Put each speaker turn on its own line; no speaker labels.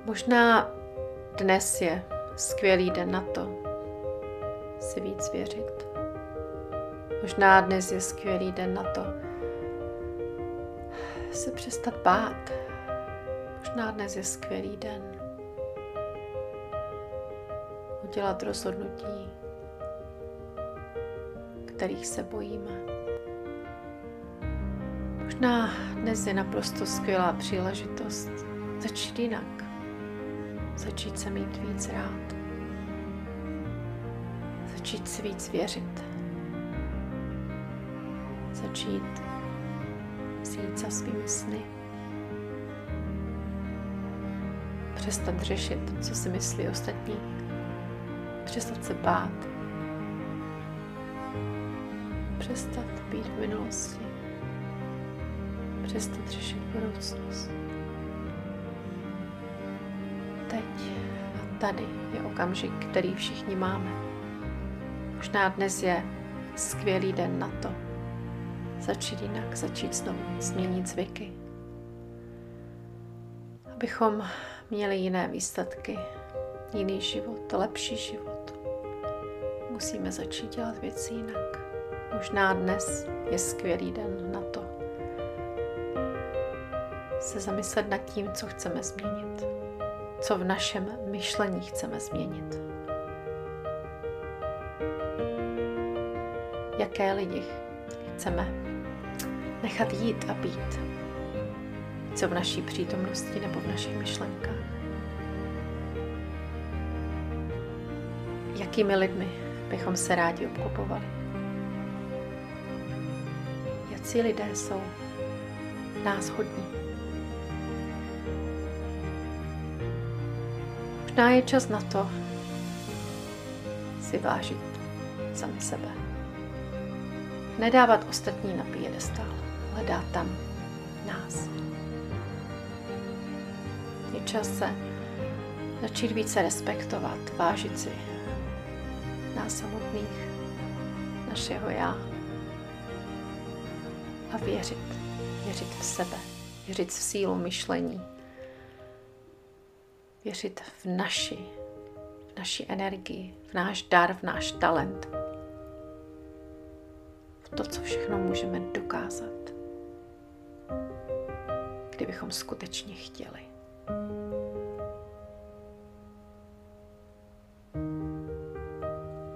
Možná dnes je skvělý den na to si víc věřit. Možná dnes je skvělý den na to se přestat bát. Možná dnes je skvělý den udělat rozhodnutí, kterých se bojíme. Možná dnes je naprosto skvělá příležitost začít jinak. Začít se mít víc rád. Začít si víc věřit. Začít jít za svými sny. Přestat řešit, co si myslí ostatní. Přestat se bát. Přestat být v minulosti. Přestat řešit budoucnost. Teď a tady je okamžik, který všichni máme. Možná dnes je skvělý den na to začít jinak, začít znovu, změnit zvyky. Abychom měli jiné výsledky, jiný život, lepší život. Musíme začít dělat věci jinak. Možná dnes je skvělý den na to se zamyslet nad tím, co chceme změnit. Co v našem myšlení chceme změnit. Jaké lidi chceme nechat jít a být. Co v naší přítomnosti nebo v našich myšlenkách. Jakými lidmi bychom se rádi obklopovali. Jací lidé jsou nás hodní. Možná je čas na to si vážit sami sebe. Nedávat ostatní na piedestál, ale dát tam nás. Je čas se začít více respektovat, vážit si nás samotných, našeho já a věřit. Věřit v sebe, věřit v sílu myšlení, věřit v naši energii, v náš dar, v náš talent, v to, co všechno můžeme dokázat, kdybychom skutečně chtěli.